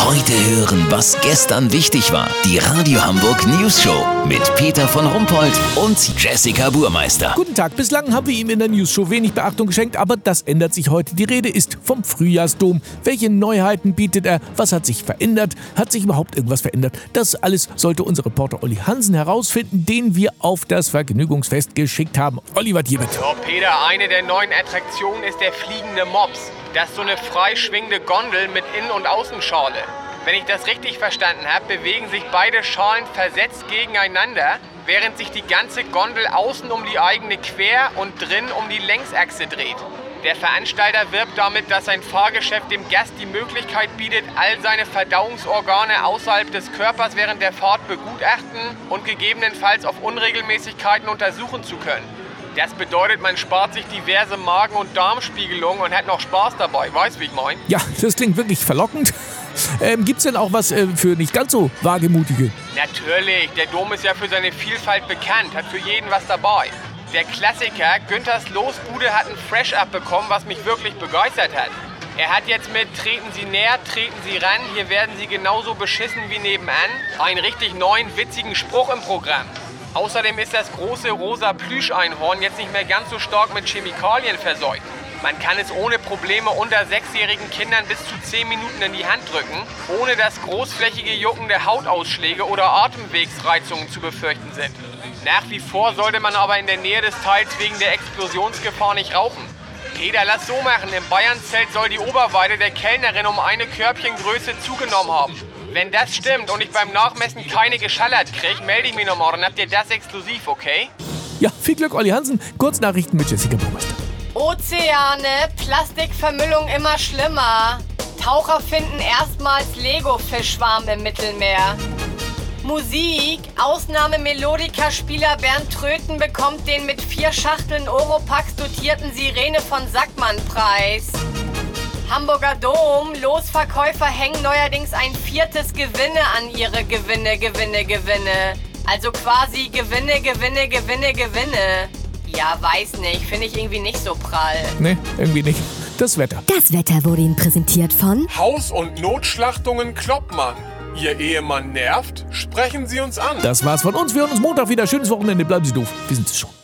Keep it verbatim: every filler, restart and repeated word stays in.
Heute hören, was gestern wichtig war. Die Radio Hamburg News Show mit Peter von Rumpold und Jessica Burmeister. Guten Tag. Bislang haben wir ihm in der News Show wenig Beachtung geschenkt, aber das ändert sich heute. Die Rede ist vom Frühjahrsdom. Welche Neuheiten bietet er? Was hat sich verändert? Hat sich überhaupt irgendwas verändert? Das alles sollte unser Reporter Olli Hansen herausfinden, den wir auf das Vergnügungsfest geschickt haben. Olli, was hier mit? Ja, Peter, eine der neuen Attraktionen ist der fliegende Mops. Das ist so eine frei schwingende Gondel mit Innen- und Außenschale. Wenn ich das richtig verstanden habe, bewegen sich beide Schalen versetzt gegeneinander, während sich die ganze Gondel außen um die eigene Quer- und drin um die Längsachse dreht. Der Veranstalter wirbt damit, dass sein Fahrgeschäft dem Gast die Möglichkeit bietet, all seine Verdauungsorgane außerhalb des Körpers während der Fahrt begutachten und gegebenenfalls auf Unregelmäßigkeiten untersuchen zu können. Das bedeutet, man spart sich diverse Magen- und Darmspiegelungen und hat noch Spaß dabei. Weißt du, wie ich meine? Ja, das klingt wirklich verlockend. Ähm, gibt's denn auch was äh, für nicht ganz so Wagemutige? Natürlich, der Dom ist ja für seine Vielfalt bekannt, hat für jeden was dabei. Der Klassiker Günthers Losbude hat ein Fresh-Up bekommen, was mich wirklich begeistert hat. Er hat jetzt mit Treten Sie näher, treten Sie ran, hier werden Sie genauso beschissen wie nebenan einen richtig neuen, witzigen Spruch im Programm. Außerdem ist das große rosa Plüscheinhorn jetzt nicht mehr ganz so stark mit Chemikalien verseucht. Man kann es ohne Probleme unter sechsjährigen Kindern bis zu zehn Minuten in die Hand drücken, ohne dass großflächige juckende Hautausschläge oder Atemwegsreizungen zu befürchten sind. Nach wie vor sollte man aber in der Nähe des Teils wegen der Explosionsgefahr nicht rauchen. Peter, lass so machen, im Bayernzelt soll die Oberweite der Kellnerin um eine Körbchengröße zugenommen haben. Wenn das stimmt und ich beim Nachmessen keine geschallert kriege, melde ich mich nochmal, dann habt ihr das exklusiv, okay? Ja, viel Glück, Olli Hansen. Kurznachrichten mit Jessica Burmeister. Ozeane, Plastikvermüllung immer schlimmer. Taucher finden erstmals Lego-Fischschwarm im Mittelmeer. Musik, Ausnahme-Melodika-Spieler Bernd Tröten bekommt den mit vier Schachteln Oropax dotierten Sirene von Sackmann-Preis. Hamburger Dom, Losverkäufer hängen neuerdings ein viertes Gewinne an ihre Gewinne, Gewinne, Gewinne. Also quasi Gewinne, Gewinne, Gewinne, Gewinne. Ja, weiß nicht, finde ich irgendwie nicht so prall. Nee, irgendwie nicht. Das Wetter. Das Wetter wurde Ihnen präsentiert von Haus- und Notschlachtungen Kloppmann. Ihr Ehemann nervt? Sprechen Sie uns an. Das war's von uns. Wir hören uns Montag wieder. Schönes Wochenende. Bleiben Sie doof. Wir sind es schon.